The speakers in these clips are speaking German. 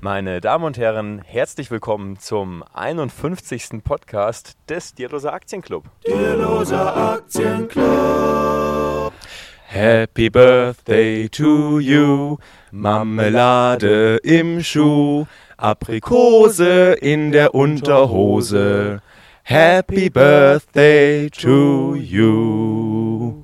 Meine Damen und Herren, herzlich willkommen zum 51. Podcast des Dierloser Aktienclub. Dierloser Aktienclub. Happy Birthday to you, Marmelade im Schuh, Aprikose in der Unterhose. Happy Birthday to you.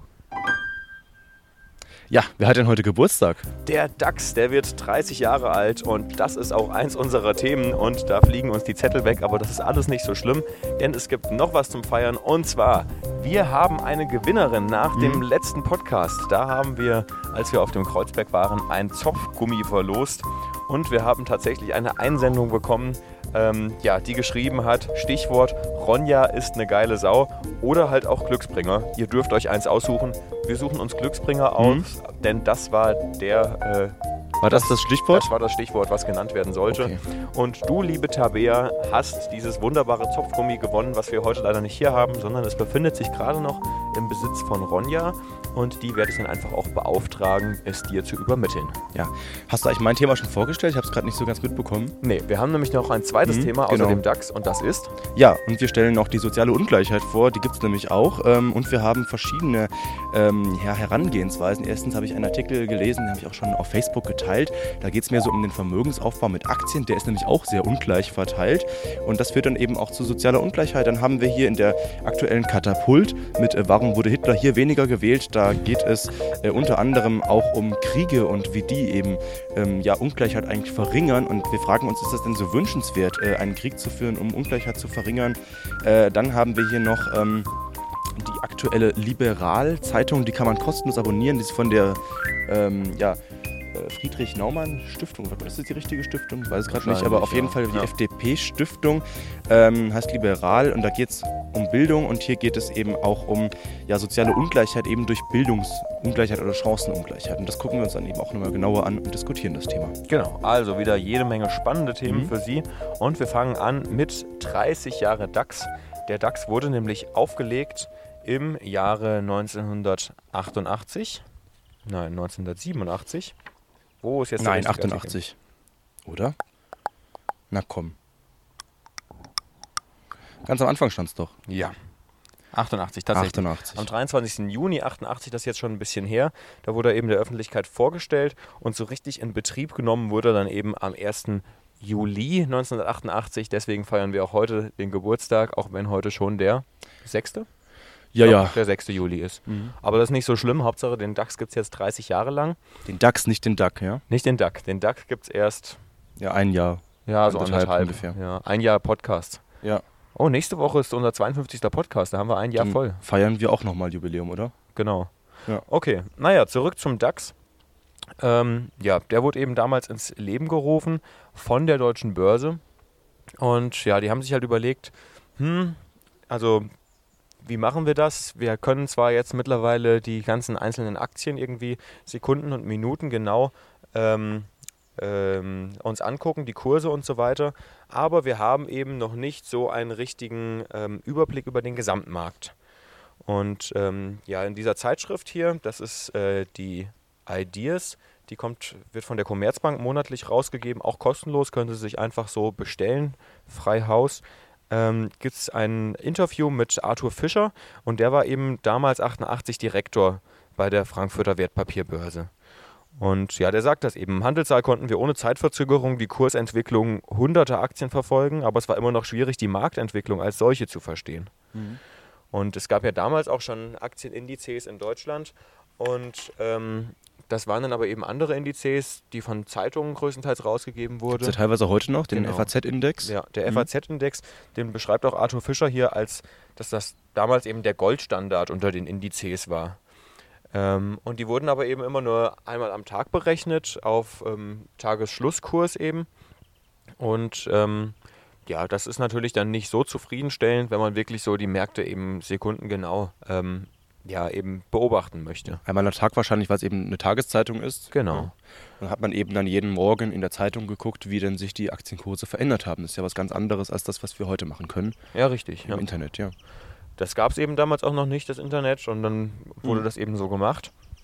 Ja, wer hat denn heute Geburtstag? Der DAX, der wird 30 Jahre alt und das ist auch eins unserer Themen und da fliegen uns die Zettel weg, aber das ist alles nicht so schlimm, denn es gibt noch was zum Feiern und zwar, wir haben eine Gewinnerin nach dem letzten Podcast. Da haben wir, als wir auf dem Kreuzberg waren, ein Zopfgummi verlost und wir haben tatsächlich eine Einsendung bekommen, die geschrieben hat, Stichwort Ronja ist eine geile Sau oder halt auch Glücksbringer. Ihr dürft euch eins aussuchen. Wir suchen uns Glücksbringer aus, denn das war der... War das Stichwort? Das war das Stichwort, was genannt werden sollte. Okay. Und du, liebe Tabea, hast dieses wunderbare Zopfgummi gewonnen, was wir heute leider nicht hier haben, sondern es befindet sich gerade noch im Besitz von Ronja und die werde ich dann einfach auch beauftragen, es dir zu übermitteln. Ja. Hast du eigentlich mein Thema schon vorgestellt? Ich habe es gerade nicht so ganz mitbekommen. Nee, wir haben nämlich noch ein zweites Thema außer genau. dem DAX und das ist... Ja, und wir stellen noch die soziale Ungleichheit vor, die gibt es nämlich auch. Und wir haben verschiedene Herangehensweisen. Erstens habe ich einen Artikel gelesen, den habe ich auch schon auf Facebook geteilt. Da geht es mehr so um den Vermögensaufbau mit Aktien. Der ist nämlich auch sehr ungleich verteilt. Und das führt dann eben auch zu sozialer Ungleichheit. Dann haben wir hier in der aktuellen Katapult mit Warum wurde Hitler hier weniger gewählt? Da geht es unter anderem auch um Kriege und wie die eben Ungleichheit eigentlich verringern. Und wir fragen uns, ist das denn so wünschenswert, einen Krieg zu führen, um Ungleichheit zu verringern? Dann haben wir hier noch... die aktuelle Liberal-Zeitung, die kann man kostenlos abonnieren. Die ist von der Friedrich Naumann Stiftung. Ist das die richtige Stiftung? Ich weiß es gerade nicht, aber auf jeden Fall die FDP-Stiftung heißt Liberal und da geht es um Bildung und hier geht es eben auch um soziale Ungleichheit eben durch Bildungsungleichheit oder Chancenungleichheit. Und das gucken wir uns dann eben auch nochmal genauer an und diskutieren das Thema. Genau, also wieder jede Menge spannende Themen für Sie und wir fangen an mit 30 Jahre DAX. Der DAX wurde nämlich aufgelegt im Jahre 1987. Wo ist jetzt der richtige 88. Oder? Na komm. Ganz am Anfang stand es doch. Ja. 88, tatsächlich. 88. Am 23. Juni 88, das ist jetzt schon ein bisschen her, da wurde er eben der Öffentlichkeit vorgestellt und so richtig in Betrieb genommen wurde dann eben am 1. Juli 1988. Deswegen feiern wir auch heute den Geburtstag, auch wenn heute schon der 6. Ja. Der 6. Juli ist. Aber das ist nicht so schlimm. Hauptsache, den DAX gibt es jetzt 30 Jahre lang. Den DAX, nicht den DAC, ja? Nicht den DAX. Den DAX gibt es erst... Ja, ein Jahr. Ja, so anderthalb ungefähr. Ja, ein Jahr Podcast. Ja. Oh, nächste Woche ist unser 52. Podcast. Da haben wir ein Jahr voll. Feiern wir auch nochmal Jubiläum, oder? Genau. Ja. Okay, zurück zum DAX. Der wurde eben damals ins Leben gerufen von der Deutschen Börse. Und die haben sich halt überlegt, wie machen wir das? Wir können zwar jetzt mittlerweile die ganzen einzelnen Aktien irgendwie Sekunden und Minuten genau uns angucken, die Kurse und so weiter, aber wir haben eben noch nicht so einen richtigen Überblick über den Gesamtmarkt. Und in dieser Zeitschrift hier, das ist die Ideas, die wird von der Commerzbank monatlich rausgegeben, auch kostenlos, können Sie sich einfach so bestellen, frei Haus. Gibt es ein Interview mit Arthur Fischer und der war eben damals 88 Direktor bei der Frankfurter Wertpapierbörse. Und der sagt das eben. Im Handelssaal konnten wir ohne Zeitverzögerung die Kursentwicklung hunderter Aktien verfolgen, aber es war immer noch schwierig, die Marktentwicklung als solche zu verstehen. Und es gab ja damals auch schon Aktienindizes in Deutschland und das waren dann aber eben andere Indizes, die von Zeitungen größtenteils rausgegeben wurden. Gibt es ja teilweise heute noch, den FAZ-Index? Ja, der FAZ-Index, den beschreibt auch Arthur Fischer hier als, dass das damals eben der Goldstandard unter den Indizes war. Und die wurden aber eben immer nur einmal am Tag berechnet, auf Tagesschlusskurs eben. Und das ist natürlich dann nicht so zufriedenstellend, wenn man wirklich so die Märkte eben sekundengenau eben beobachten möchte. Einmal am Tag wahrscheinlich, weil es eben eine Tageszeitung ist. Genau. Dann hat man eben dann jeden Morgen in der Zeitung geguckt, wie denn sich die Aktienkurse verändert haben. Das ist ja was ganz anderes als das, was wir heute machen können. Ja, richtig. Im Internet, ja. Das gab es eben damals auch noch nicht, das Internet, und dann wurde das eben so gemacht.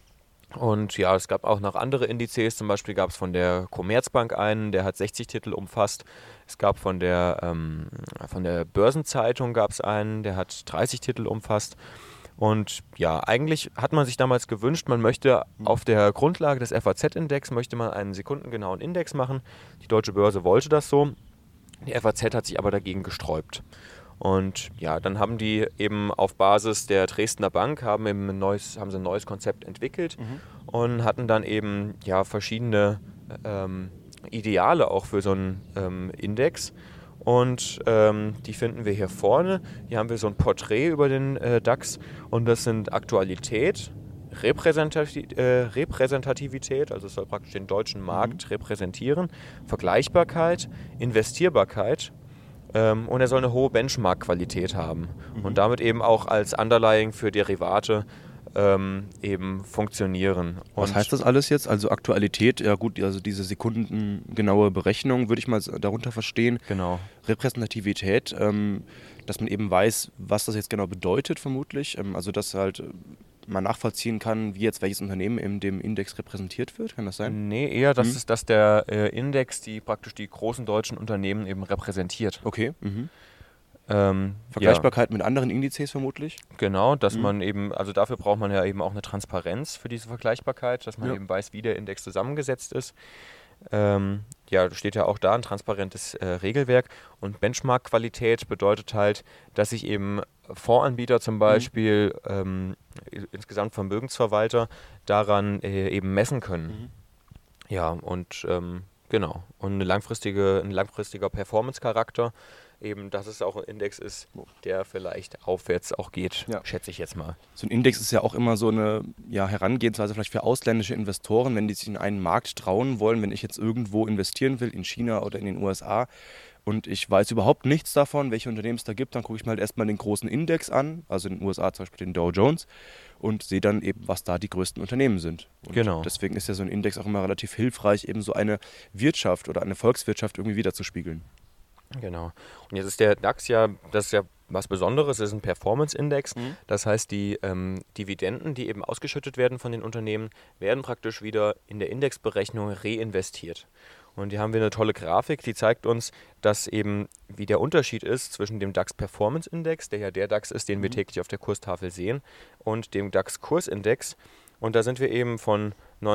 Und ja, es gab auch noch andere Indizes, zum Beispiel gab es von der Commerzbank einen, der hat 60 Titel umfasst. Es gab von der Börsenzeitung gab es einen, der hat 30 Titel umfasst. Und ja, eigentlich hat man sich damals gewünscht, man möchte auf der Grundlage des FAZ-Index möchte man einen sekundengenauen Index machen. Die Deutsche Börse wollte das so. Die FAZ hat sich aber dagegen gesträubt. Und ja, dann haben die eben auf Basis der Dresdner Bank haben sie ein neues Konzept entwickelt und hatten dann eben ja verschiedene Ideale auch für so einen Index. Und die finden wir hier vorne. Hier haben wir so ein Porträt über den DAX und das sind Aktualität, Repräsentativität, also es soll praktisch den deutschen Markt repräsentieren, Vergleichbarkeit, Investierbarkeit und er soll eine hohe Benchmark-Qualität haben und damit eben auch als Underlying für Derivate eben funktionieren. Was heißt das alles jetzt? Also Aktualität, ja gut, also diese sekundengenaue Berechnung würde ich mal darunter verstehen. Genau. Repräsentativität, dass man eben weiß, was das jetzt genau bedeutet vermutlich. Also dass halt man nachvollziehen kann, wie jetzt welches Unternehmen in dem Index repräsentiert wird. Kann das sein? Nee, eher, dass der Index praktisch die großen deutschen Unternehmen eben repräsentiert. Okay. Vergleichbarkeit mit anderen Indizes vermutlich? Genau, dass man eben, also dafür braucht man ja eben auch eine Transparenz für diese Vergleichbarkeit, dass man eben weiß, wie der Index zusammengesetzt ist. Ja, steht ja auch da ein transparentes Regelwerk und Benchmark-Qualität bedeutet halt, dass sich eben Fondsanbieter zum Beispiel, insgesamt Vermögensverwalter, daran eben messen können. Ja, und genau. Und ein langfristiger Performance-Charakter, eben, dass es auch ein Index ist, der vielleicht aufwärts auch geht, schätze ich jetzt mal. So ein Index ist ja auch immer so eine Herangehensweise vielleicht für ausländische Investoren, wenn die sich in einen Markt trauen wollen, wenn ich jetzt irgendwo investieren will, in China oder in den USA und ich weiß überhaupt nichts davon, welche Unternehmen es da gibt, dann gucke ich mir halt erstmal den großen Index an, also in den USA zum Beispiel den Dow Jones und sehe dann eben, was da die größten Unternehmen sind. Und genau. Deswegen ist ja so ein Index auch immer relativ hilfreich, eben so eine Wirtschaft oder eine Volkswirtschaft irgendwie wiederzuspiegeln. Genau. Und jetzt ist der DAX das ist ja was Besonderes, es ist ein Performance-Index. Das heißt, die Dividenden, die eben ausgeschüttet werden von den Unternehmen, werden praktisch wieder in der Indexberechnung reinvestiert. Und hier haben wir eine tolle Grafik, die zeigt uns, dass eben wie der Unterschied ist zwischen dem DAX Performance Index, der ja der DAX ist, den wir täglich auf der Kurstafel sehen, und dem DAX Kursindex. Und da sind wir eben von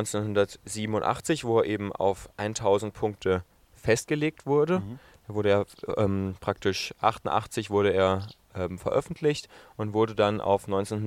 1987, wo er eben auf 1000 Punkte festgelegt wurde. Da wurde er praktisch 88 wurde er veröffentlicht und wurde dann auf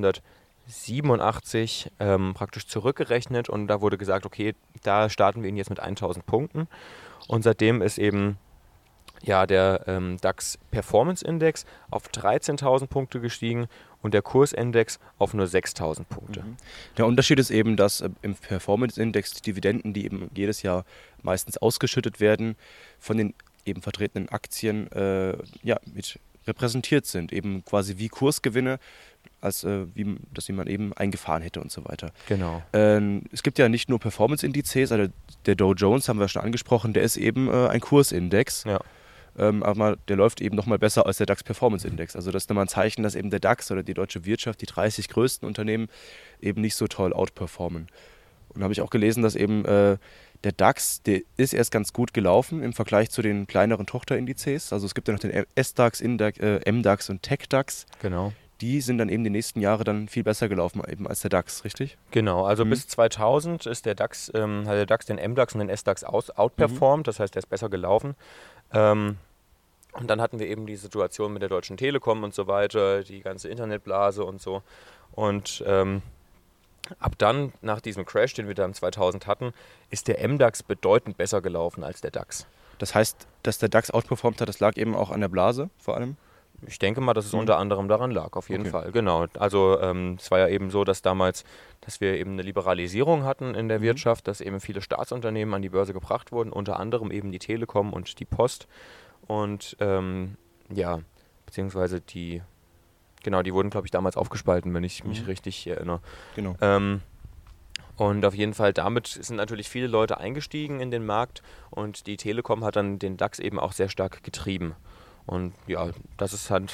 1987 praktisch zurückgerechnet und da wurde gesagt, okay, da starten wir ihn jetzt mit 1000 Punkten und seitdem ist eben der DAX Performance Index auf 13.000 Punkte gestiegen und der Kursindex auf nur 6.000 Punkte. Der Unterschied ist eben, dass im Performance Index die Dividenden, die eben jedes Jahr meistens ausgeschüttet werden, von den eben vertretenen Aktien mit repräsentiert sind, eben quasi wie Kursgewinne, als wie man eben eingefahren hätte und so weiter. Genau. Es gibt ja nicht nur Performance-Indizes, also der Dow Jones haben wir schon angesprochen, der ist eben ein Kursindex. Ja. Aber der läuft eben nochmal besser als der DAX Performance Index. Also das ist nochmal ein Zeichen, dass eben der DAX oder die deutsche Wirtschaft, die 30 größten Unternehmen, eben nicht so toll outperformen. Und da habe ich auch gelesen, dass eben der DAX, der ist erst ganz gut gelaufen im Vergleich zu den kleineren Tochterindizes. Also es gibt ja noch den SDAX, MDAX und TechDAX. Genau. Die sind dann eben die nächsten Jahre dann viel besser gelaufen eben als der DAX, richtig? Genau, also bis 2000 ist hat der DAX den MDAX und den SDAX outperformed, das heißt, der ist besser gelaufen. Und dann hatten wir eben die Situation mit der Deutschen Telekom und so weiter, die ganze Internetblase und so. Und ab dann, nach diesem Crash, den wir dann 2000 hatten, ist der MDAX bedeutend besser gelaufen als der DAX. Das heißt, dass der DAX outperformt hat, das lag eben auch an der Blase vor allem? Ich denke mal, dass es unter anderem daran lag, auf jeden Fall. Genau. Also es war ja eben so, dass wir eben eine Liberalisierung hatten in der Wirtschaft, dass eben viele Staatsunternehmen an die Börse gebracht wurden, unter anderem eben die Telekom und die Post. Und beziehungsweise die wurden, glaube ich, damals aufgespalten, wenn ich mich richtig erinnere. Genau. Und auf jeden Fall damit sind natürlich viele Leute eingestiegen in den Markt und die Telekom hat dann den DAX eben auch sehr stark getrieben. Und ja, das ist halt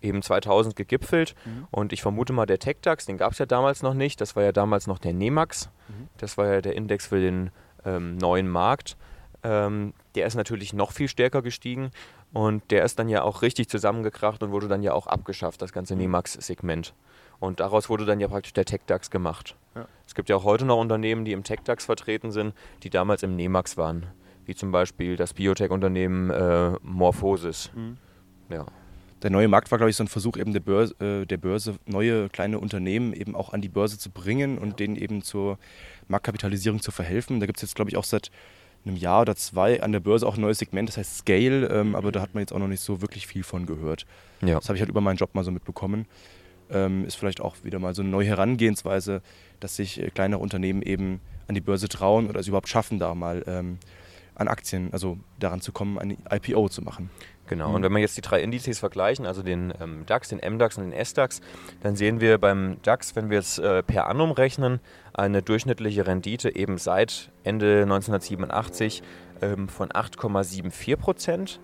eben 2000 gegipfelt und ich vermute mal, der TecDAX, den gab es ja damals noch nicht, das war ja damals noch der NEMAX, das war ja der Index für den neuen Markt, der ist natürlich noch viel stärker gestiegen und der ist dann ja auch richtig zusammengekracht und wurde dann ja auch abgeschafft, das ganze NEMAX-Segment. Und daraus wurde dann ja praktisch der TecDAX gemacht. Ja. Es gibt ja auch heute noch Unternehmen, die im TecDAX vertreten sind, die damals im NEMAX waren, wie zum Beispiel das Biotech-Unternehmen MorphoSys. Ja. Der neue Markt war, glaube ich, so ein Versuch eben der Börse neue kleine Unternehmen eben auch an die Börse zu bringen und denen eben zur Marktkapitalisierung zu verhelfen. Da gibt es jetzt, glaube ich, auch seit einem Jahr oder 2 an der Börse auch ein neues Segment, das heißt Scale, aber da hat man jetzt auch noch nicht so wirklich viel von gehört. Ja. Das habe ich halt über meinen Job mal so mitbekommen. Ist vielleicht auch wieder mal so eine neue Herangehensweise, dass sich kleinere Unternehmen eben an die Börse trauen oder es überhaupt schaffen, da mal an Aktien, also daran zu kommen, ein IPO zu machen. Genau, und wenn wir jetzt die 3 Indizes vergleichen, also den DAX, den MDAX und den SDAX, dann sehen wir beim DAX, wenn wir jetzt per annum rechnen, eine durchschnittliche Rendite eben seit Ende 1987 von 8,74%.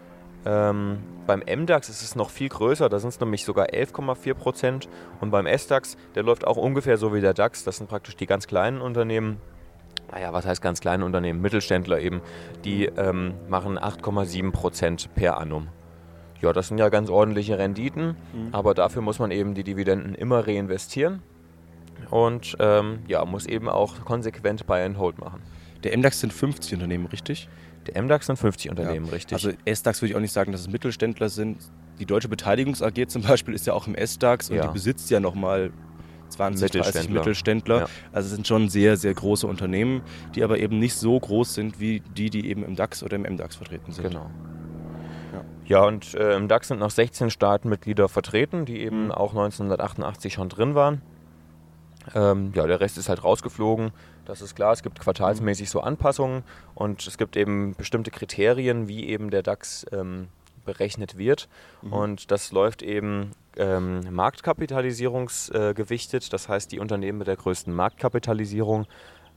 Beim MDAX ist es noch viel größer, da sind es nämlich sogar 11,4%. Und beim SDAX, der läuft auch ungefähr so wie der DAX, das sind praktisch die ganz kleinen Unternehmen. Naja, was heißt ganz kleine Unternehmen? Mittelständler eben, die machen 8,7% per annum. Ja, das sind ja ganz ordentliche Renditen, aber dafür muss man eben die Dividenden immer reinvestieren und muss eben auch konsequent Buy and Hold machen. Der MDAX sind 50 Unternehmen, richtig? Der MDAX sind 50 Unternehmen, richtig. Also SDAX würde ich auch nicht sagen, dass es Mittelständler sind. Die Deutsche Beteiligungs AG zum Beispiel ist ja auch im SDAX und die besitzt ja nochmal 20, 30 Mittelständler. Ja. Also es sind schon sehr, sehr große Unternehmen, die aber eben nicht so groß sind wie die eben im DAX oder im MDAX vertreten sind. Genau. Ja, und im DAX sind noch 16 Staatenmitglieder vertreten, die eben auch 1988 schon drin waren. Der Rest ist halt rausgeflogen, das ist klar. Es gibt quartalsmäßig so Anpassungen und es gibt eben bestimmte Kriterien, wie eben der DAX berechnet wird. Und das läuft eben marktkapitalisierungsgewichtet. Das heißt, die Unternehmen mit der größten Marktkapitalisierung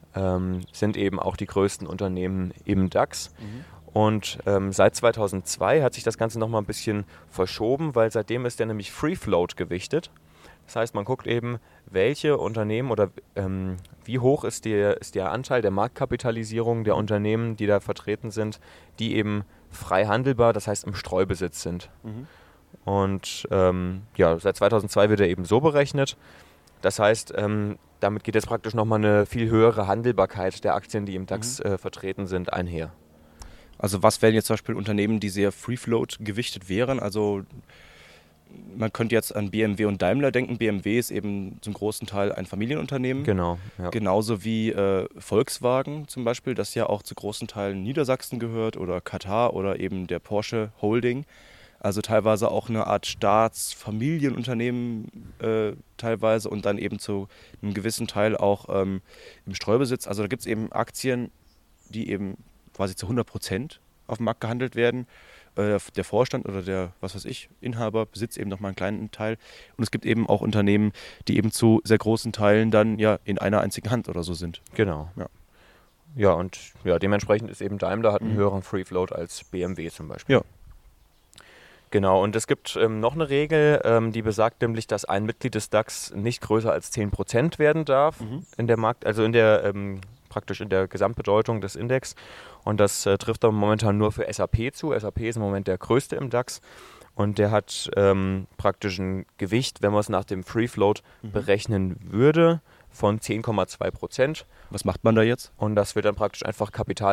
sind eben auch die größten Unternehmen im DAX. Und seit 2002 hat sich das Ganze nochmal ein bisschen verschoben, weil seitdem ist der nämlich Free Float gewichtet. Das heißt, man guckt eben, welche Unternehmen oder wie hoch ist der Anteil der Marktkapitalisierung der Unternehmen, die da vertreten sind, die eben frei handelbar, das heißt im Streubesitz sind. Und seit 2002 wird er eben so berechnet. Das heißt, damit geht jetzt praktisch nochmal eine viel höhere Handelbarkeit der Aktien, die im DAX vertreten sind, einher. Also was wären jetzt zum Beispiel Unternehmen, die sehr Free Float gewichtet wären? Also man könnte jetzt an BMW und Daimler denken. BMW ist eben zum großen Teil ein Familienunternehmen. Genau. Ja. Genauso wie Volkswagen zum Beispiel, das ja auch zu großen Teilen Niedersachsen gehört oder Katar oder eben der Porsche Holding. Also teilweise auch eine Art Staatsfamilienunternehmen teilweise und dann eben zu einem gewissen Teil auch im Streubesitz. Also da gibt es eben Aktien, die eben quasi zu 100% auf dem Markt gehandelt werden. Der Vorstand oder der, Inhaber besitzt eben noch mal einen kleinen Teil. Und es gibt eben auch Unternehmen, die eben zu sehr großen Teilen dann in einer einzigen Hand oder so sind. Genau. Ja, und dementsprechend ist eben Daimler hat einen höheren Free Float als BMW zum Beispiel. Ja. Genau, und es gibt noch eine Regel, die besagt nämlich, dass ein Mitglied des DAX nicht größer als 10% werden darf in der praktisch in der Gesamtbedeutung des Index. Und das trifft aber momentan nur für SAP zu. SAP ist im Moment der größte im DAX und der hat praktisch ein Gewicht, wenn man es nach dem Free Float berechnen würde, von 10,2%. Was macht man da jetzt? Und das wird dann praktisch einfach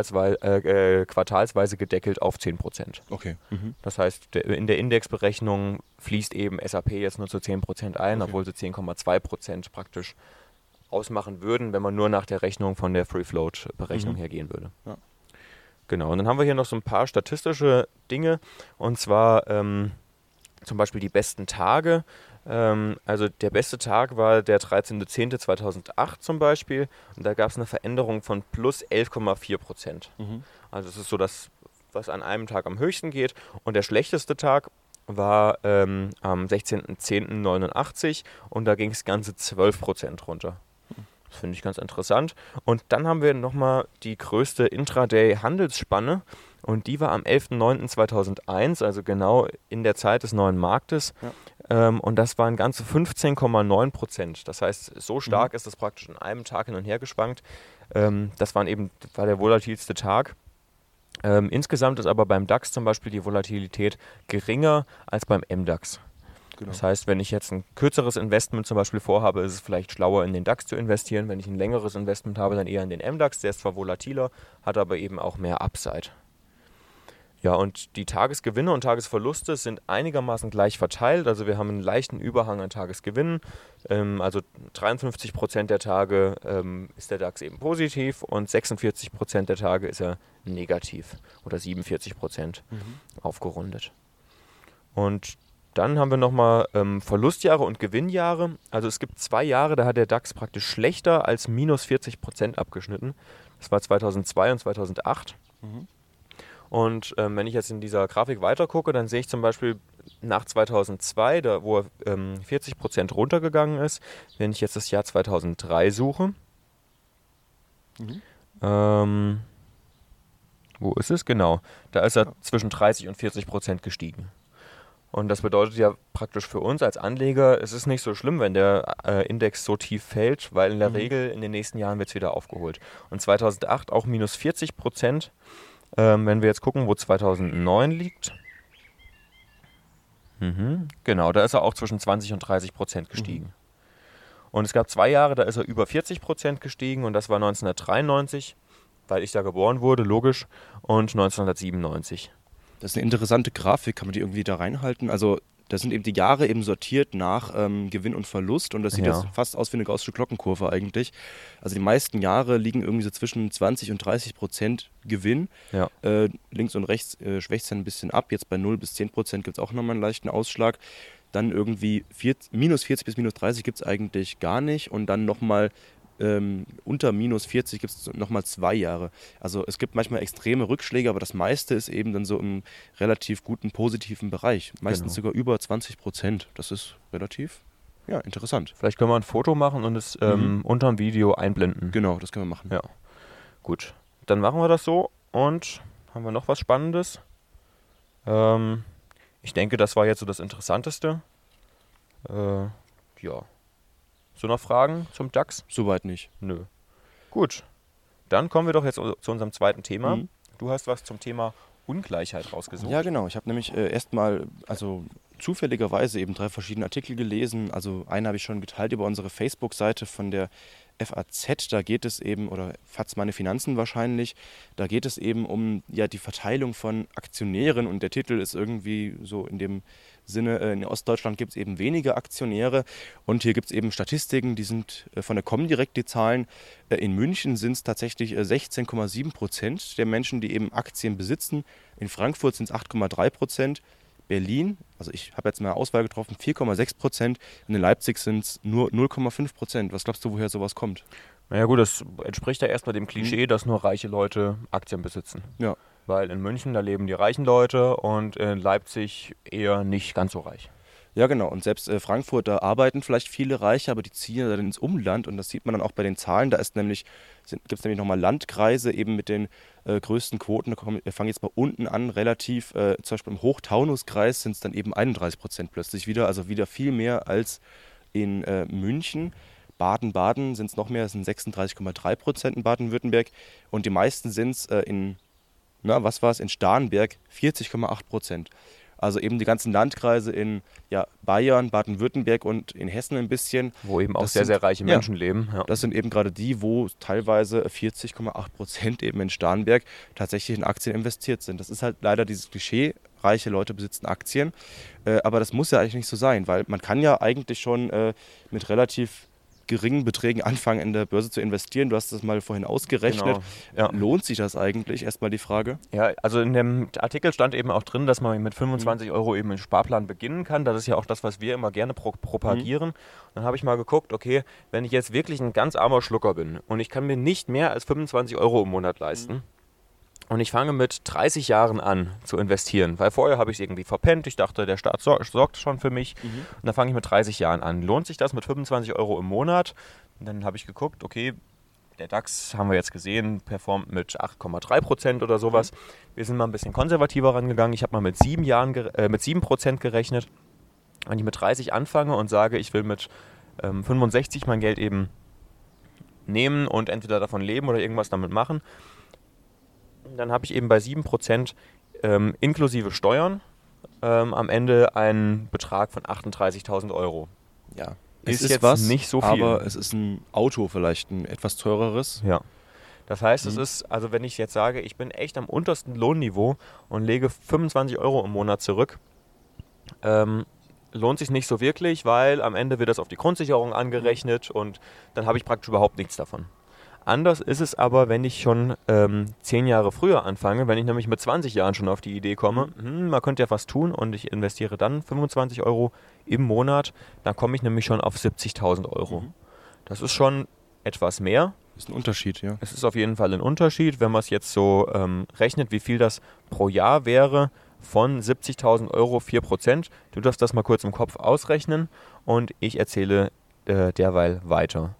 quartalsweise gedeckelt auf 10%. Okay. Das heißt, in der Indexberechnung fließt eben SAP jetzt nur zu 10% ein, obwohl sie 10,2% praktisch ausmachen würden, wenn man nur nach der Rechnung von der Free Float Berechnung hergehen würde. Ja. Genau, und dann haben wir hier noch so ein paar statistische Dinge, und zwar zum Beispiel die besten Tage. Also der beste Tag war der 13.10.2008 zum Beispiel, und da gab es eine Veränderung von plus 11,4%. Also das ist so das, was an einem Tag am höchsten geht, und der schlechteste Tag war am 16.10.89 und da ging es ganze 12% runter. Das finde ich ganz interessant. Und dann haben wir nochmal die größte Intraday-Handelsspanne. Und die war am 11.09.2001, also genau in der Zeit des neuen Marktes. Ja. Und das waren ganze 15,9%. Das heißt, so stark ist das praktisch an einem Tag hin und her geschwankt. Das war der volatilste Tag. Insgesamt ist aber beim DAX zum Beispiel die Volatilität geringer als beim MDAX. Genau. Das heißt, wenn ich jetzt ein kürzeres Investment zum Beispiel vorhabe, ist es vielleicht schlauer, in den DAX zu investieren. Wenn ich ein längeres Investment habe, dann eher in den MDAX. Der ist zwar volatiler, hat aber eben auch mehr Upside. Ja, und die Tagesgewinne und Tagesverluste sind einigermaßen gleich verteilt. Also wir haben einen leichten Überhang an Tagesgewinnen. Also 53% der Tage ist der DAX eben positiv und 46% der Tage ist er negativ oder 47% aufgerundet. Und dann haben wir nochmal Verlustjahre und Gewinnjahre. Also es gibt 2 Jahre, da hat der DAX praktisch schlechter als minus 40% abgeschnitten. Das war 2002 und 2008. Und wenn ich jetzt in dieser Grafik weiter gucke, dann sehe ich zum Beispiel nach 2002, wo er 40% runtergegangen ist. Wenn ich jetzt das Jahr 2003 suche, wo ist es? Genau, da ist er zwischen 30 und 40% gestiegen. Und das bedeutet ja praktisch für uns als Anleger, es ist nicht so schlimm, wenn der Index so tief fällt, weil in der Regel in den nächsten Jahren wird es wieder aufgeholt. Und 2008 auch minus 40%. Wenn wir jetzt gucken, wo 2009 liegt, genau, da ist er auch zwischen 20 und 30% gestiegen. Und es gab 2 Jahre, da ist er über 40% gestiegen und das war 1993, weil ich da geboren wurde, logisch, und 1997. Das ist eine interessante Grafik, kann man die irgendwie da reinhalten? Also das sind eben die Jahre eben sortiert nach Gewinn und Verlust und das sieht jetzt fast aus wie eine gaußsche Glockenkurve eigentlich. Also die meisten Jahre liegen irgendwie so zwischen 20 und 30% Gewinn. Ja. Links und rechts schwächt es dann ein bisschen ab. Jetzt bei 0 bis 10% gibt es auch nochmal einen leichten Ausschlag. Dann irgendwie minus 40 bis minus 30 gibt es eigentlich gar nicht und dann nochmal unter minus 40 gibt es nochmal 2 Jahre. Also es gibt manchmal extreme Rückschläge, aber das meiste ist eben dann so im relativ guten, positiven Bereich. Meistens sogar über 20%. Das ist relativ interessant. Vielleicht können wir ein Foto machen und es unter dem Video einblenden. Genau, das können wir machen. Ja, gut. Dann machen wir das so und haben wir noch was Spannendes? Ich denke, das war jetzt so das Interessanteste. Ja. So noch Fragen zum DAX? Soweit nicht. Nö. Gut. Dann kommen wir doch jetzt zu unserem zweiten Thema. Du hast was zum Thema Ungleichheit rausgesucht. Ja, genau. Ich habe nämlich erstmal, zufälligerweise eben 3 verschiedene Artikel gelesen. Also einen habe ich schon geteilt über unsere Facebook-Seite von der FAZ. Da geht es eben, oder FAZ meine Finanzen wahrscheinlich, da geht es eben um die Verteilung von Aktionären und der Titel ist irgendwie so in dem Sinne, in Ostdeutschland gibt es eben weniger Aktionäre und hier gibt es eben Statistiken, die sind von der Comdirect, die Zahlen. In München sind es tatsächlich 16,7% der Menschen, die eben Aktien besitzen. In Frankfurt sind es 8,3%. Berlin, also ich habe jetzt mal eine Auswahl getroffen, 4,6% und in Leipzig sind es nur 0,5%. Was glaubst du, woher sowas kommt? Naja gut, das entspricht ja erstmal dem Klischee, dass nur reiche Leute Aktien besitzen. Ja. Weil in München, da leben die reichen Leute und in Leipzig eher nicht ganz so reich. Ja, genau. Und selbst Frankfurt, da arbeiten vielleicht viele Reiche, aber die ziehen dann ins Umland und das sieht man dann auch bei den Zahlen. Da gibt es nämlich nochmal Landkreise eben mit den größten Quoten. Wir fangen jetzt mal unten an, relativ, zum Beispiel im Hochtaunuskreis sind es dann eben 31% plötzlich wieder, also wieder viel mehr als in München. Baden-Baden sind es noch mehr, das sind 36,3% in Baden-Württemberg und die meisten sind es in Starnberg 40,8%. Also eben die ganzen Landkreise in Bayern, Baden-Württemberg und in Hessen ein bisschen. Wo eben auch sehr reiche Menschen leben. Ja. Das sind eben gerade die, wo teilweise 40,8% eben in Starnberg tatsächlich in Aktien investiert sind. Das ist halt leider dieses Klischee, reiche Leute besitzen Aktien. Aber das muss ja eigentlich nicht so sein, weil man kann ja eigentlich schon mit relativ geringen Beträgen anfangen, in der Börse zu investieren. Du hast das mal vorhin ausgerechnet. Genau. Ja. Lohnt sich das eigentlich? Erstmal die Frage. Ja, also in dem Artikel stand eben auch drin, dass man mit 25 Euro eben einen Sparplan beginnen kann. Das ist ja auch das, was wir immer gerne propagieren. Dann habe ich mal geguckt, okay, wenn ich jetzt wirklich ein ganz armer Schlucker bin und ich kann mir nicht mehr als 25 Euro im Monat leisten, und ich fange mit 30 Jahren an zu investieren, weil vorher habe ich es irgendwie verpennt. Ich dachte, der Staat sorgt schon für mich. Und dann fange ich mit 30 Jahren an. Lohnt sich das mit 25 Euro im Monat? Und dann habe ich geguckt, okay, Der DAX, haben wir jetzt gesehen, performt mit 8,3% oder sowas. Wir sind mal ein bisschen konservativer rangegangen. Ich habe mal mit 7% gerechnet. Wenn ich mit 30 anfange und sage, ich will mit 65 mein Geld eben nehmen und entweder davon leben oder irgendwas damit machen, dann habe ich eben bei 7% inklusive Steuern am Ende einen Betrag von 38.000 Euro. Ja. Ist Es jetzt was, nicht so viel. aber es ist ein Auto vielleicht, ein etwas teureres. Ja. Das heißt, es ist, also wenn ich jetzt sage, ich bin echt am untersten Lohnniveau und lege 25 Euro im Monat zurück, lohnt sich nicht so wirklich, weil am Ende wird das auf die Grundsicherung angerechnet und dann habe ich praktisch überhaupt nichts davon. Anders ist es aber, wenn ich schon 10 Jahre früher anfange, wenn ich nämlich mit 20 Jahren schon auf die Idee komme, man könnte ja was tun und ich investiere dann 25 Euro im Monat, dann komme ich nämlich schon auf 70.000 Euro. Das ist schon etwas mehr. Das ist ein Unterschied, ja. Es ist auf jeden Fall ein Unterschied, wenn man es jetzt so rechnet, wie viel das pro Jahr wäre von 70.000 Euro 4%. Du darfst das mal kurz im Kopf ausrechnen und ich erzähle derweil weiter.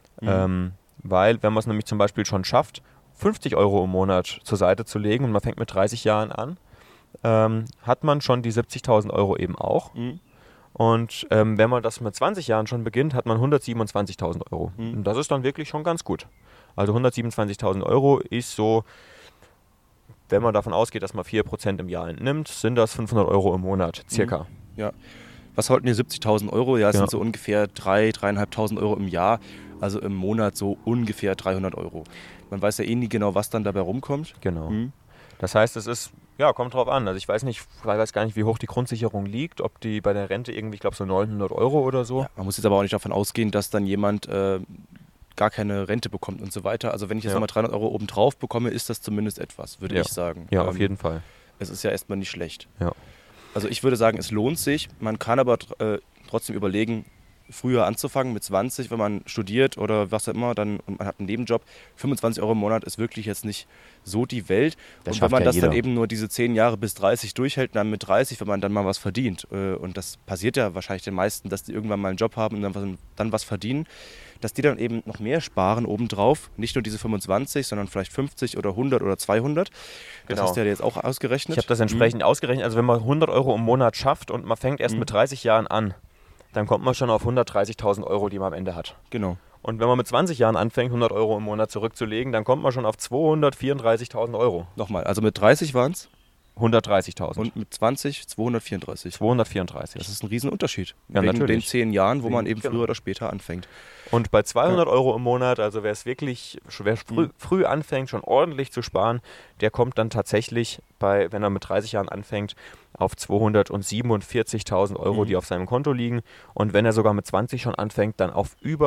Weil, wenn man es nämlich zum Beispiel schon schafft, 50 Euro im Monat zur Seite zu legen und man fängt mit 30 Jahren an, hat man schon die 70.000 Euro eben auch. Und wenn man das mit 20 Jahren schon beginnt, hat man 127.000 Euro. Und das ist dann wirklich schon ganz gut. Also 127.000 Euro ist so, wenn man davon ausgeht, dass man 4% im Jahr entnimmt, sind das 500 Euro im Monat, circa. Ja. Was halten die 70.000 Euro? Ja, es sind so ungefähr 3.500 Euro im Jahr. Also im Monat so ungefähr 300 Euro. Man weiß ja eh nie genau, was dann dabei rumkommt. Genau. Das heißt, es ist, ja, kommt drauf an. Also ich weiß gar nicht, wie hoch die Grundsicherung liegt, ob die bei der Rente irgendwie, ich glaube so 900 Euro oder so. Ja, man muss jetzt aber auch nicht davon ausgehen, dass dann jemand gar keine Rente bekommt und so weiter. Also wenn ich jetzt nochmal 300 Euro obendrauf bekomme, ist das zumindest etwas, würde ich sagen. Ja, auf jeden Fall. Es ist ja erstmal nicht schlecht. Ja. Also ich würde sagen, es lohnt sich. Man kann aber trotzdem überlegen, früher anzufangen, mit 20, wenn man studiert oder was auch immer, dann, und man hat einen Nebenjob. 25 Euro im Monat ist wirklich jetzt nicht so die Welt. Das und wenn man das jeder. dann eben nur diese 10 Jahre bis 30 durchhält, dann mit 30, wenn man dann mal was verdient, und das passiert ja wahrscheinlich den meisten, dass die irgendwann mal einen Job haben und dann was verdienen, dass die dann eben noch mehr sparen obendrauf. Nicht nur diese 25, sondern vielleicht 50 oder 100 oder 200. Das hast du ja jetzt auch ausgerechnet. Ich habe das entsprechend ausgerechnet. Also wenn man 100 Euro im Monat schafft und man fängt erst mit 30 Jahren an, dann kommt man schon auf 130.000 Euro, die man am Ende hat. Genau. Und wenn man mit 20 Jahren anfängt, 100 Euro im Monat zurückzulegen, dann kommt man schon auf 234.000 Euro. Nochmal, also mit 30 waren es? 130.000. Und mit 20 234. 234. Das ist ein Riesenunterschied. Ja, wegen natürlich. den 10 Jahren, wo man eben Genau. früher oder später anfängt. Und bei 200 Euro im Monat, also wer früh anfängt, schon ordentlich zu sparen, der kommt dann tatsächlich, wenn er mit 30 Jahren anfängt, auf 247.000 Euro, die auf seinem Konto liegen. Und wenn er sogar mit 20 schon anfängt, dann auf über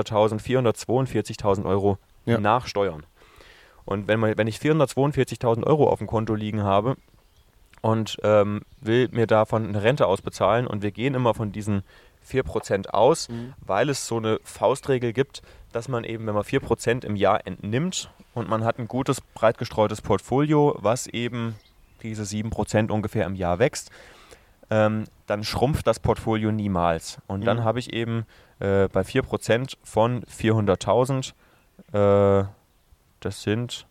442.000 Euro nach Steuern. Und wenn ich 442.000 Euro auf dem Konto liegen habe und will mir davon eine Rente ausbezahlen und wir gehen immer von diesen 4% aus, weil es so eine Faustregel gibt, dass man eben, wenn man 4% im Jahr entnimmt und man hat ein gutes, breit gestreutes Portfolio, was eben diese 7% ungefähr im Jahr wächst, dann schrumpft das Portfolio niemals. Und dann habe ich eben bei 4% von 400.000, das sind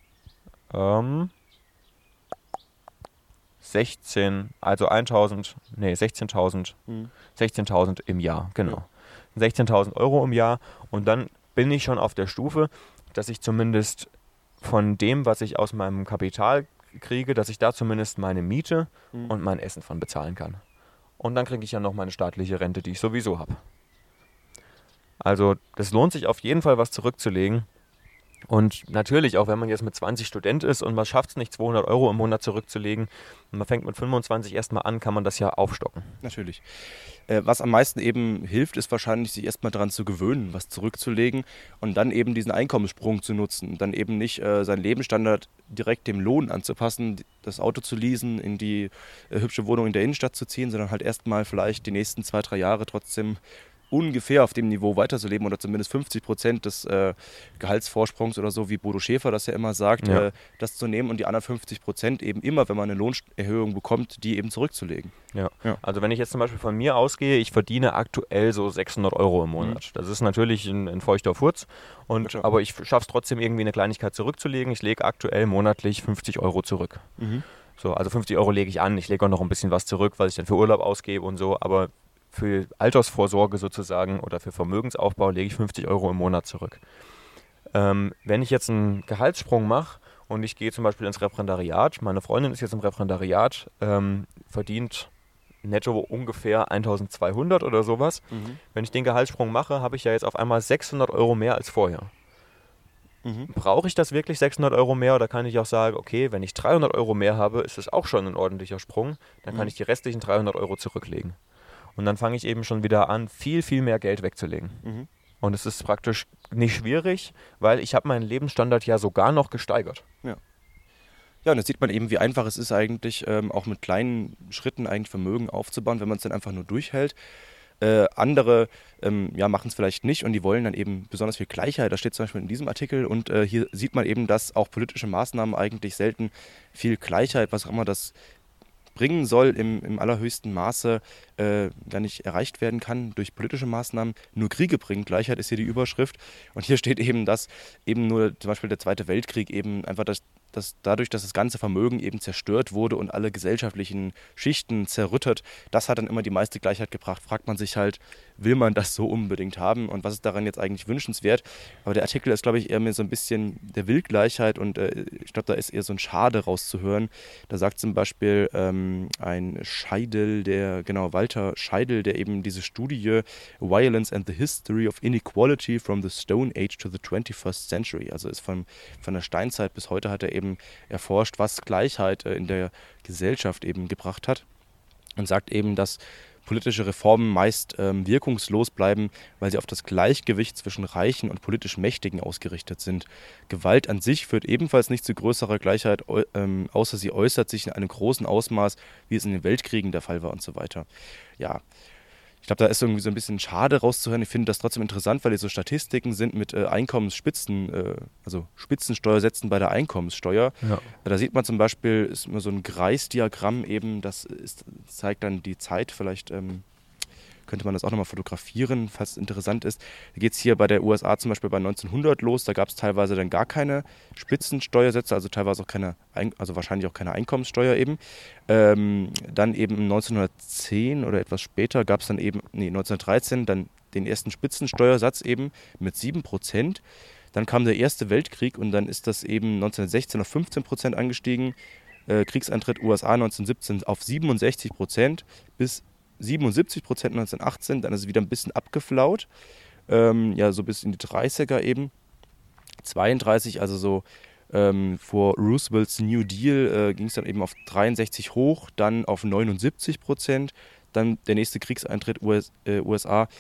16.000 im Jahr, genau. 16.000 Euro im Jahr und dann bin ich schon auf der Stufe, dass ich zumindest von dem, was ich aus meinem Kapital kriege, dass ich da zumindest meine Miete und mein Essen von bezahlen kann. Und dann kriege ich ja noch meine staatliche Rente, die ich sowieso habe. Also das lohnt sich auf jeden Fall, was zurückzulegen. Und natürlich, auch wenn man jetzt mit 20 Student ist und man schafft es nicht, 200 Euro im Monat zurückzulegen und man fängt mit 25 erstmal an, kann man das ja aufstocken. Natürlich. Was am meisten eben hilft, ist wahrscheinlich, sich erstmal daran zu gewöhnen, was zurückzulegen und dann eben diesen Einkommenssprung zu nutzen. Dann eben nicht seinen Lebensstandard direkt dem Lohn anzupassen, das Auto zu leasen, in die hübsche Wohnung in der Innenstadt zu ziehen, sondern halt erstmal vielleicht die nächsten 2-3 Jahre trotzdem ungefähr auf dem Niveau weiterzuleben oder zumindest 50% des Gehaltsvorsprungs oder so, wie Bodo Schäfer das ja immer sagt, das zu nehmen und die anderen 50% eben immer, wenn man eine Lohnerhöhung bekommt, die eben zurückzulegen. Ja. Also wenn ich jetzt zum Beispiel von mir ausgehe, ich verdiene aktuell so 600 Euro im Monat. Das ist natürlich ein feuchter Furz, aber ich schaffe es trotzdem irgendwie eine Kleinigkeit zurückzulegen. Ich lege aktuell monatlich 50 Euro zurück. So, also 50 Euro lege ich an, ich lege auch noch ein bisschen was zurück, was ich dann für Urlaub ausgebe und so, aber für Altersvorsorge sozusagen oder für Vermögensaufbau lege ich 50 Euro im Monat zurück. Wenn ich jetzt einen Gehaltssprung mache und ich gehe zum Beispiel ins Referendariat, meine Freundin ist jetzt im Referendariat, verdient netto ungefähr 1.200 oder sowas. Wenn ich den Gehaltssprung mache, habe ich ja jetzt auf einmal 600 Euro mehr als vorher. Brauche ich das wirklich 600 Euro mehr oder kann ich auch sagen, okay, wenn ich 300 Euro mehr habe, ist das auch schon ein ordentlicher Sprung, dann kann ich die restlichen 300 Euro zurücklegen. Und dann fange ich eben schon wieder an, viel, viel mehr Geld wegzulegen. Und es ist praktisch nicht schwierig, weil ich habe meinen Lebensstandard ja sogar noch gesteigert. Ja, und jetzt sieht man eben, wie einfach es ist eigentlich, auch mit kleinen Schritten eigentlich Vermögen aufzubauen, wenn man es dann einfach nur durchhält. Andere machen es vielleicht nicht und die wollen dann eben besonders viel Gleichheit. Das steht zum Beispiel in diesem Artikel und hier sieht man eben, dass auch politische Maßnahmen eigentlich selten viel Gleichheit, was auch immer das bringen soll, im allerhöchsten Maße gar nicht erreicht werden kann durch politische Maßnahmen. Nur Kriege bringen Gleichheit, ist hier die Überschrift. Und hier steht eben, dass eben nur zum Beispiel der Zweite Weltkrieg eben einfach dass dadurch, dass das ganze Vermögen eben zerstört wurde und alle gesellschaftlichen Schichten zerrüttet, das hat dann immer die meiste Gleichheit gebracht. Fragt man sich halt, will man das so unbedingt haben und was ist daran jetzt eigentlich wünschenswert? Aber der Artikel ist, glaube ich, eher mehr so ein bisschen der Wildgleichheit und ich glaube, da ist eher so ein Schade rauszuhören. Da sagt zum Beispiel ein Scheidel, Walter Scheidel, der eben diese Studie Violence and the History of Inequality from the Stone Age to the 21st Century, also ist von der Steinzeit bis heute hat er eben erforscht, was Gleichheit in der Gesellschaft eben gebracht hat und sagt eben, dass politische Reformen meist wirkungslos bleiben, weil sie auf das Gleichgewicht zwischen Reichen und politisch Mächtigen ausgerichtet sind. Gewalt an sich führt ebenfalls nicht zu größerer Gleichheit, außer sie äußert sich in einem großen Ausmaß, wie es in den Weltkriegen der Fall war und so weiter. Ja, ich glaube, da ist irgendwie so ein bisschen schade rauszuhören. Ich finde das trotzdem interessant, weil hier so Statistiken sind mit Einkommensspitzen, also Spitzensteuersätzen bei der Einkommenssteuer. Ja. Da sieht man zum Beispiel, ist immer so ein Kreisdiagramm eben, zeigt dann die Zeit, vielleicht könnte man das auch nochmal fotografieren, falls es interessant ist. Da geht es hier bei der USA zum Beispiel bei 1900 los, da gab es teilweise dann gar keine Spitzensteuersätze, also teilweise auch wahrscheinlich auch keine Einkommenssteuer eben. Dann eben 1910 oder etwas später gab es dann eben, 1913 dann den ersten Spitzensteuersatz eben mit 7%. Dann kam der Erste Weltkrieg und dann ist das eben 1916 auf 15% angestiegen. Kriegseintritt USA 1917 auf 67% bis 77% 1918, dann ist es wieder ein bisschen abgeflaut, so bis in die 30er eben. 32, also so vor Roosevelts New Deal ging es dann eben auf 63 hoch, dann auf 79%, dann der nächste Kriegseintritt USA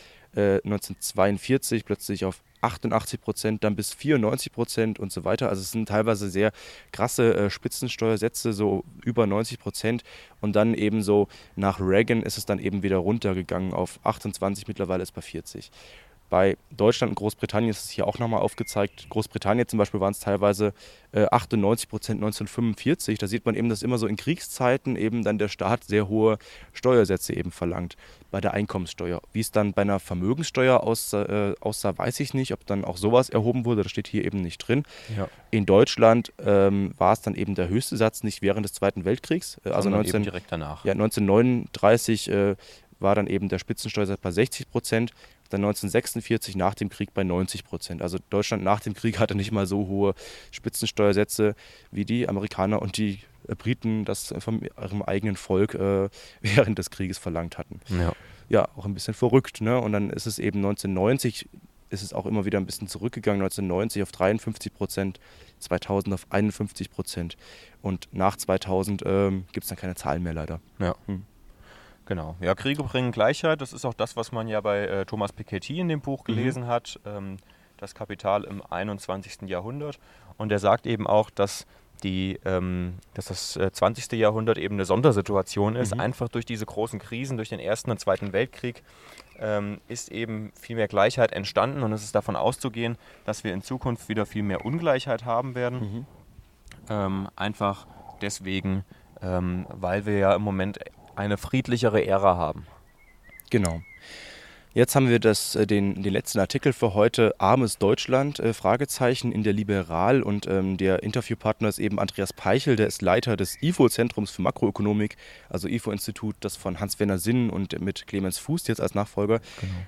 1942 plötzlich auf 88%, dann bis 94% und so weiter. Also es sind teilweise sehr krasse Spitzensteuersätze, so über 90%. Und dann eben so nach Reagan ist es dann eben wieder runtergegangen auf 28, mittlerweile ist bei 40. Bei Deutschland und Großbritannien ist es hier auch nochmal aufgezeigt. Großbritannien zum Beispiel waren es teilweise 98% 1945. Da sieht man eben, dass immer so in Kriegszeiten eben dann der Staat sehr hohe Steuersätze eben verlangt bei der Einkommenssteuer. Wie es dann bei einer Vermögenssteuer aussah, weiß ich nicht, ob dann auch sowas erhoben wurde. Das steht hier eben nicht drin. Ja. In Deutschland war es dann eben der höchste Satz, nicht während des Zweiten Weltkriegs. Also eben direkt danach. Ja, 1939 war dann eben der Spitzensteuersatz bei 60%. Dann 1946 nach dem Krieg bei 90%. Also Deutschland nach dem Krieg hatte nicht mal so hohe Spitzensteuersätze, wie die Amerikaner und die Briten das von ihrem eigenen Volk während des Krieges verlangt hatten. Ja, auch ein bisschen verrückt, ne? Und dann ist es eben 1990, ist es auch immer wieder ein bisschen zurückgegangen, 1990 auf 53%, 2000 auf 51% und nach 2000 gibt es dann keine Zahlen mehr leider. Ja. Genau. Ja, Kriege bringen Gleichheit. Das ist auch das, was man ja bei Thomas Piketty in dem Buch gelesen hat. Das Kapital im 21. Jahrhundert. Und er sagt eben auch, dass dass das 20. Jahrhundert eben eine Sondersituation ist. Einfach durch diese großen Krisen, durch den Ersten und Zweiten Weltkrieg, ist eben viel mehr Gleichheit entstanden und es ist davon auszugehen, dass wir in Zukunft wieder viel mehr Ungleichheit haben werden. Einfach deswegen, weil wir ja im Moment eine friedlichere Ära haben. Genau. Jetzt haben wir den letzten Artikel für heute, Armes Deutschland, Fragezeichen in der Liberal, und der Interviewpartner ist eben Andreas Peichel, der ist Leiter des IFO-Zentrums für Makroökonomik, also IFO-Institut, das von Hans-Werner Sinn und mit Clemens Fuß jetzt als Nachfolger,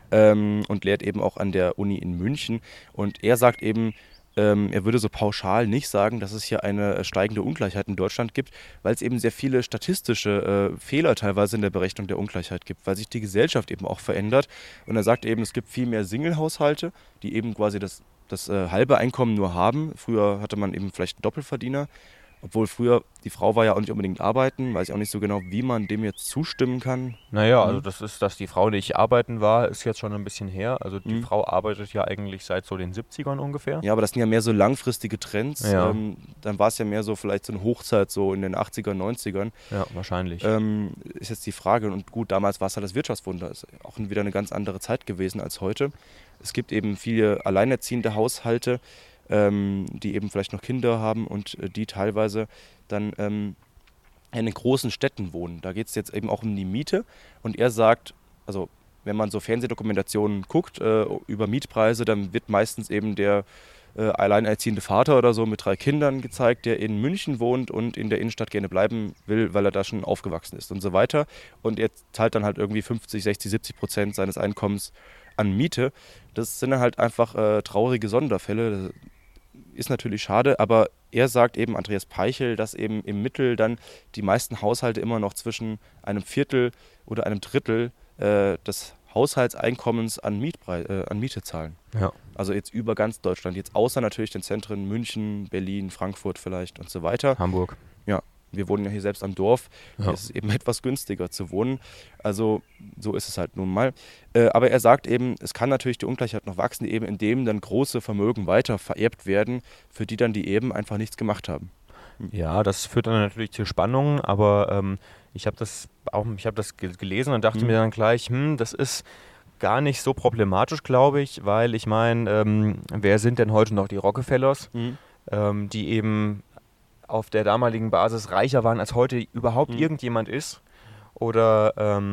und lehrt eben auch an der Uni in München, und er sagt eben, er würde so pauschal nicht sagen, dass es hier eine steigende Ungleichheit in Deutschland gibt, weil es eben sehr viele statistische Fehler teilweise in der Berechnung der Ungleichheit gibt, weil sich die Gesellschaft eben auch verändert. Und er sagt eben, es gibt viel mehr Single-Haushalte, die eben quasi das halbe Einkommen nur haben. Früher hatte man eben vielleicht einen Doppelverdiener. Obwohl früher, die Frau war ja auch nicht unbedingt arbeiten, weiß ich auch nicht so genau, wie man dem jetzt zustimmen kann. Naja, also dass die Frau nicht arbeiten war, ist jetzt schon ein bisschen her. Also die Frau arbeitet ja eigentlich seit so den 70ern ungefähr. Ja, aber das sind ja mehr so langfristige Trends. Ja. Dann war es ja mehr so vielleicht so eine Hochzeit so in den 80er, 90ern. Ja, wahrscheinlich. Ist jetzt die Frage. Und gut, damals war es halt das Wirtschaftswunder. Ist auch wieder eine ganz andere Zeit gewesen als heute. Es gibt eben viele alleinerziehende Haushalte, die eben vielleicht noch Kinder haben und die teilweise dann in den großen Städten wohnen. Da geht es jetzt eben auch um die Miete, und er sagt, also wenn man so Fernsehdokumentationen guckt über Mietpreise, dann wird meistens eben der alleinerziehende Vater oder so mit 3 Kindern gezeigt, der in München wohnt und in der Innenstadt gerne bleiben will, weil er da schon aufgewachsen ist und so weiter. Und er zahlt dann halt irgendwie 50, 60, 70% seines Einkommens an Miete. Das sind dann halt einfach traurige Sonderfälle. Das ist natürlich schade, aber er sagt eben, Andreas Peichel, dass eben im Mittel dann die meisten Haushalte immer noch zwischen einem Viertel oder einem Drittel des Haushaltseinkommens an Miete zahlen. Ja. Also jetzt über ganz Deutschland, jetzt außer natürlich den Zentren München, Berlin, Frankfurt vielleicht und so weiter. Hamburg. Ja, wir wohnen ja hier selbst am Dorf. Ja. Hier ist es eben etwas günstiger zu wohnen. Also so ist es halt nun mal. Aber er sagt eben, es kann natürlich die Ungleichheit noch wachsen, eben indem dann große Vermögen weiter vererbt werden, für die dann die eben einfach nichts gemacht haben. Ja, das führt dann natürlich zu Spannungen, aber ich habe das gelesen und dachte mir dann gleich, das ist gar nicht so problematisch, glaube ich, weil ich meine, wer sind denn heute noch die Rockefellers, die eben auf der damaligen Basis reicher waren, als heute überhaupt irgendjemand ist? Oder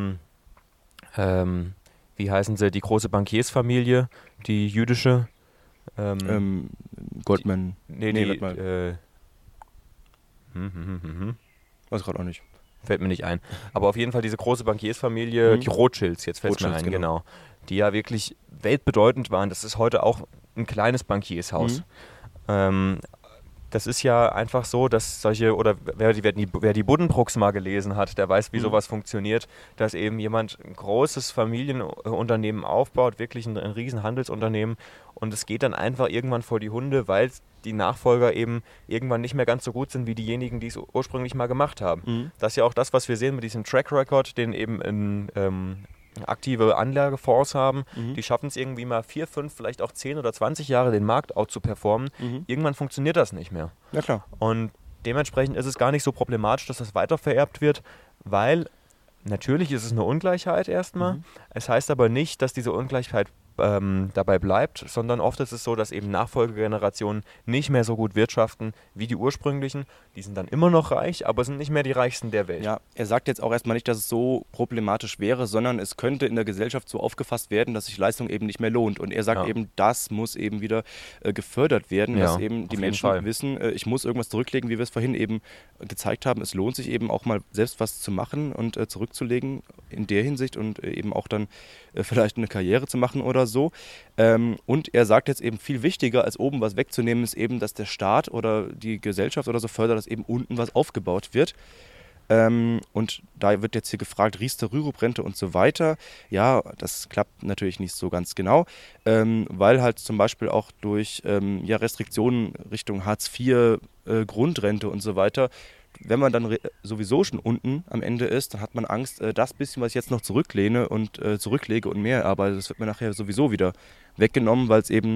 wie heißen sie, die große Bankiersfamilie, die jüdische? Goldman. Weiß gerade auch nicht. Fällt mir nicht ein. Aber auf jeden Fall diese große Bankiersfamilie, die Rothschilds, jetzt fällt es mir ein, genau. Die ja wirklich weltbedeutend waren. Das ist heute auch ein kleines Bankiershaus. Das ist ja einfach so, dass wer die Buddenbrooks mal gelesen hat, der weiß, wie sowas funktioniert, dass eben jemand ein großes Familienunternehmen aufbaut, wirklich ein riesen Handelsunternehmen, und es geht dann einfach irgendwann vor die Hunde, weil die Nachfolger eben irgendwann nicht mehr ganz so gut sind wie diejenigen, die es ursprünglich mal gemacht haben. Das ist ja auch das, was wir sehen mit diesem Track Record, den eben aktive Anlagefonds haben, die schaffen es irgendwie mal 4, 5, vielleicht auch 10 oder 20 Jahre den Markt out zu performen. Irgendwann funktioniert das nicht mehr. Ja, klar. Und dementsprechend ist es gar nicht so problematisch, dass das weitervererbt wird, weil natürlich ist es eine Ungleichheit erstmal. Es heißt aber nicht, dass diese Ungleichheit dabei bleibt, sondern oft ist es so, dass eben Nachfolgegenerationen nicht mehr so gut wirtschaften wie die ursprünglichen. Die sind dann immer noch reich, aber sind nicht mehr die reichsten der Welt. Ja, er sagt jetzt auch erstmal nicht, dass es so problematisch wäre, sondern es könnte in der Gesellschaft so aufgefasst werden, dass sich Leistung eben nicht mehr lohnt. Und er sagt eben, das muss eben wieder gefördert werden, dass eben die Menschen wissen, ich muss irgendwas zurücklegen, wie wir es vorhin eben gezeigt haben. Es lohnt sich eben auch mal selbst was zu machen und zurückzulegen in der Hinsicht und eben auch dann vielleicht eine Karriere zu machen oder so. Und er sagt jetzt eben, viel wichtiger als oben was wegzunehmen, ist eben, dass der Staat oder die Gesellschaft oder so fördert, dass eben unten was aufgebaut wird. Und da wird jetzt hier gefragt, Riester-Rürup-Rente und so weiter. Ja, das klappt natürlich nicht so ganz genau, weil halt zum Beispiel auch durch Restriktionen Richtung Hartz IV, Grundrente und so weiter, wenn man dann sowieso schon unten am Ende ist, dann hat man Angst, das bisschen, was ich jetzt noch zurücklege und mehr arbeite, das wird mir nachher sowieso wieder weggenommen, weil es eben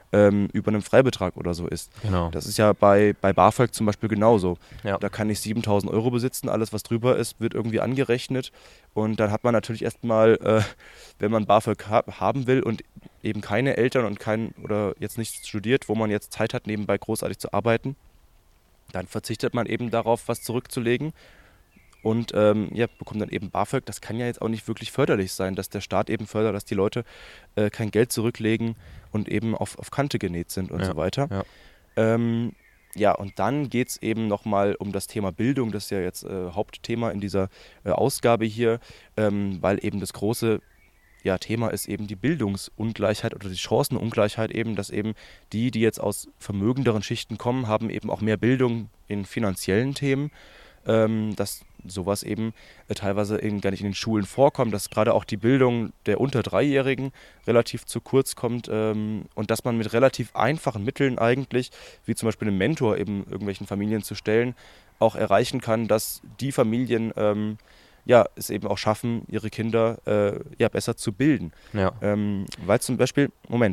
über einem Freibetrag oder so ist. Genau. Das ist ja bei BAföG zum Beispiel genauso. Ja. Da kann ich 7.000 Euro besitzen, alles was drüber ist, wird irgendwie angerechnet und dann hat man natürlich erstmal, wenn man BAföG haben will und eben keine Eltern und oder jetzt nicht studiert, wo man jetzt Zeit hat, nebenbei großartig zu arbeiten, dann verzichtet man eben darauf, was zurückzulegen. Und bekommt dann eben BAföG. Das kann ja jetzt auch nicht wirklich förderlich sein, dass der Staat eben fördert, dass die Leute kein Geld zurücklegen und eben auf Kante genäht sind und so weiter. Ja. Und dann geht es eben nochmal um das Thema Bildung. Das ist ja jetzt Hauptthema in dieser Ausgabe hier, weil eben das große Thema ist eben die Bildungsungleichheit oder die Chancenungleichheit eben, dass eben die jetzt aus vermögenderen Schichten kommen, haben eben auch mehr Bildung in finanziellen Themen. Dass sowas eben teilweise gar nicht in den Schulen vorkommt, dass gerade auch die Bildung der unter 3-Jährigen relativ zu kurz kommt und dass man mit relativ einfachen Mitteln eigentlich, wie zum Beispiel einen Mentor eben irgendwelchen Familien zu stellen, auch erreichen kann, dass die Familien es eben auch schaffen, ihre Kinder besser zu bilden. Ja. Weil zum Beispiel,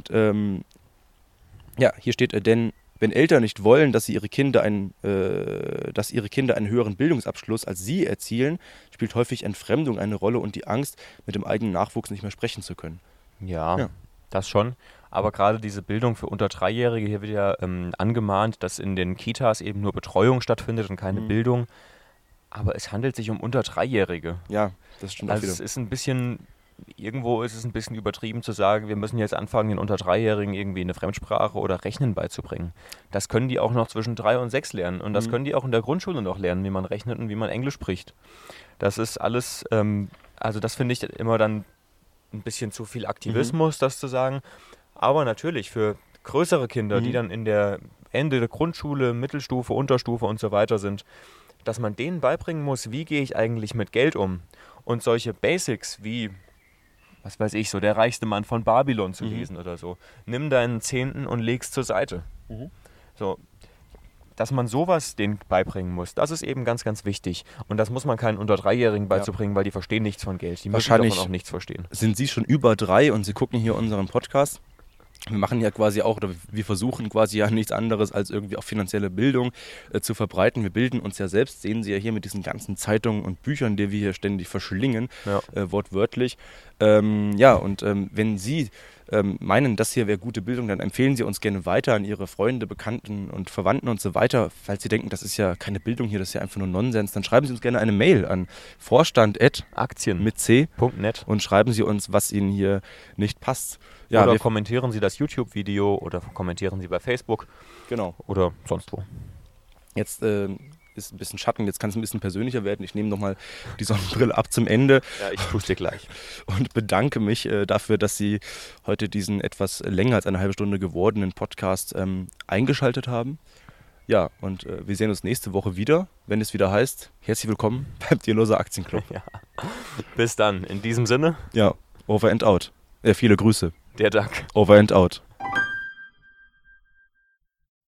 hier steht, denn wenn Eltern nicht wollen, dass ihre Kinder einen höheren Bildungsabschluss als sie erzielen, spielt häufig Entfremdung eine Rolle und die Angst, mit dem eigenen Nachwuchs nicht mehr sprechen zu können. Ja, das schon. Aber gerade diese Bildung für unter 3-Jährige, hier wird ja angemahnt, dass in den Kitas eben nur Betreuung stattfindet und keine Bildung. Aber es handelt sich um unter 3-Jährige. Ja, das stimmt auch wieder. Es ist irgendwo ist es ein bisschen übertrieben zu sagen, wir müssen jetzt anfangen, den unter 3-Jährigen irgendwie eine Fremdsprache oder Rechnen beizubringen. Das können die auch noch zwischen 3 und 6 lernen. Und das können die auch in der Grundschule noch lernen, wie man rechnet und wie man Englisch spricht. Das ist alles, das finde ich immer dann ein bisschen zu viel Aktivismus, das zu sagen. Aber natürlich für größere Kinder, die dann in der Ende der Grundschule, Mittelstufe, Unterstufe und so weiter sind, dass man denen beibringen muss, wie gehe ich eigentlich mit Geld um. Und solche Basics wie, was weiß ich, so der reichste Mann von Babylon zu lesen oder so. Nimm deinen Zehnten und leg's zur Seite. So, dass man sowas denen beibringen muss, das ist eben ganz, ganz wichtig. Und das muss man keinen unter 3-Jährigen beizubringen, weil die verstehen nichts von Geld. Die müssen davon auch nichts verstehen. Sind Sie schon über 3 und Sie gucken hier unseren Podcast? Wir machen ja quasi auch, oder wir versuchen quasi ja nichts anderes, als irgendwie auch finanzielle Bildung zu verbreiten. Wir bilden uns ja selbst, sehen Sie ja hier mit diesen ganzen Zeitungen und Büchern, die wir hier ständig verschlingen, wortwörtlich. Wenn Sie meinen, das hier wäre gute Bildung, dann empfehlen Sie uns gerne weiter an Ihre Freunde, Bekannten und Verwandten und so weiter. Falls Sie denken, das ist ja keine Bildung hier, das ist ja einfach nur Nonsens, dann schreiben Sie uns gerne eine Mail an vorstand@aktien.net und schreiben Sie uns, was Ihnen hier nicht passt. Ja, oder kommentieren Sie das YouTube-Video oder kommentieren Sie bei Facebook. Genau. Oder sonst wo. Jetzt ist ein bisschen Schatten, jetzt kann es ein bisschen persönlicher werden. Ich nehme nochmal die Sonnenbrille ab zum Ende. Ja, ich tue es dir gleich. Und bedanke mich dafür, dass Sie heute diesen etwas länger als eine halbe Stunde gewordenen Podcast eingeschaltet haben. Ja, und wir sehen uns nächste Woche wieder, wenn es wieder heißt, herzlich willkommen beim Tierloser Aktienclub. Ja. Bis dann. In diesem Sinne. Ja, over and out. Viele Grüße. Der Dank. Over and out.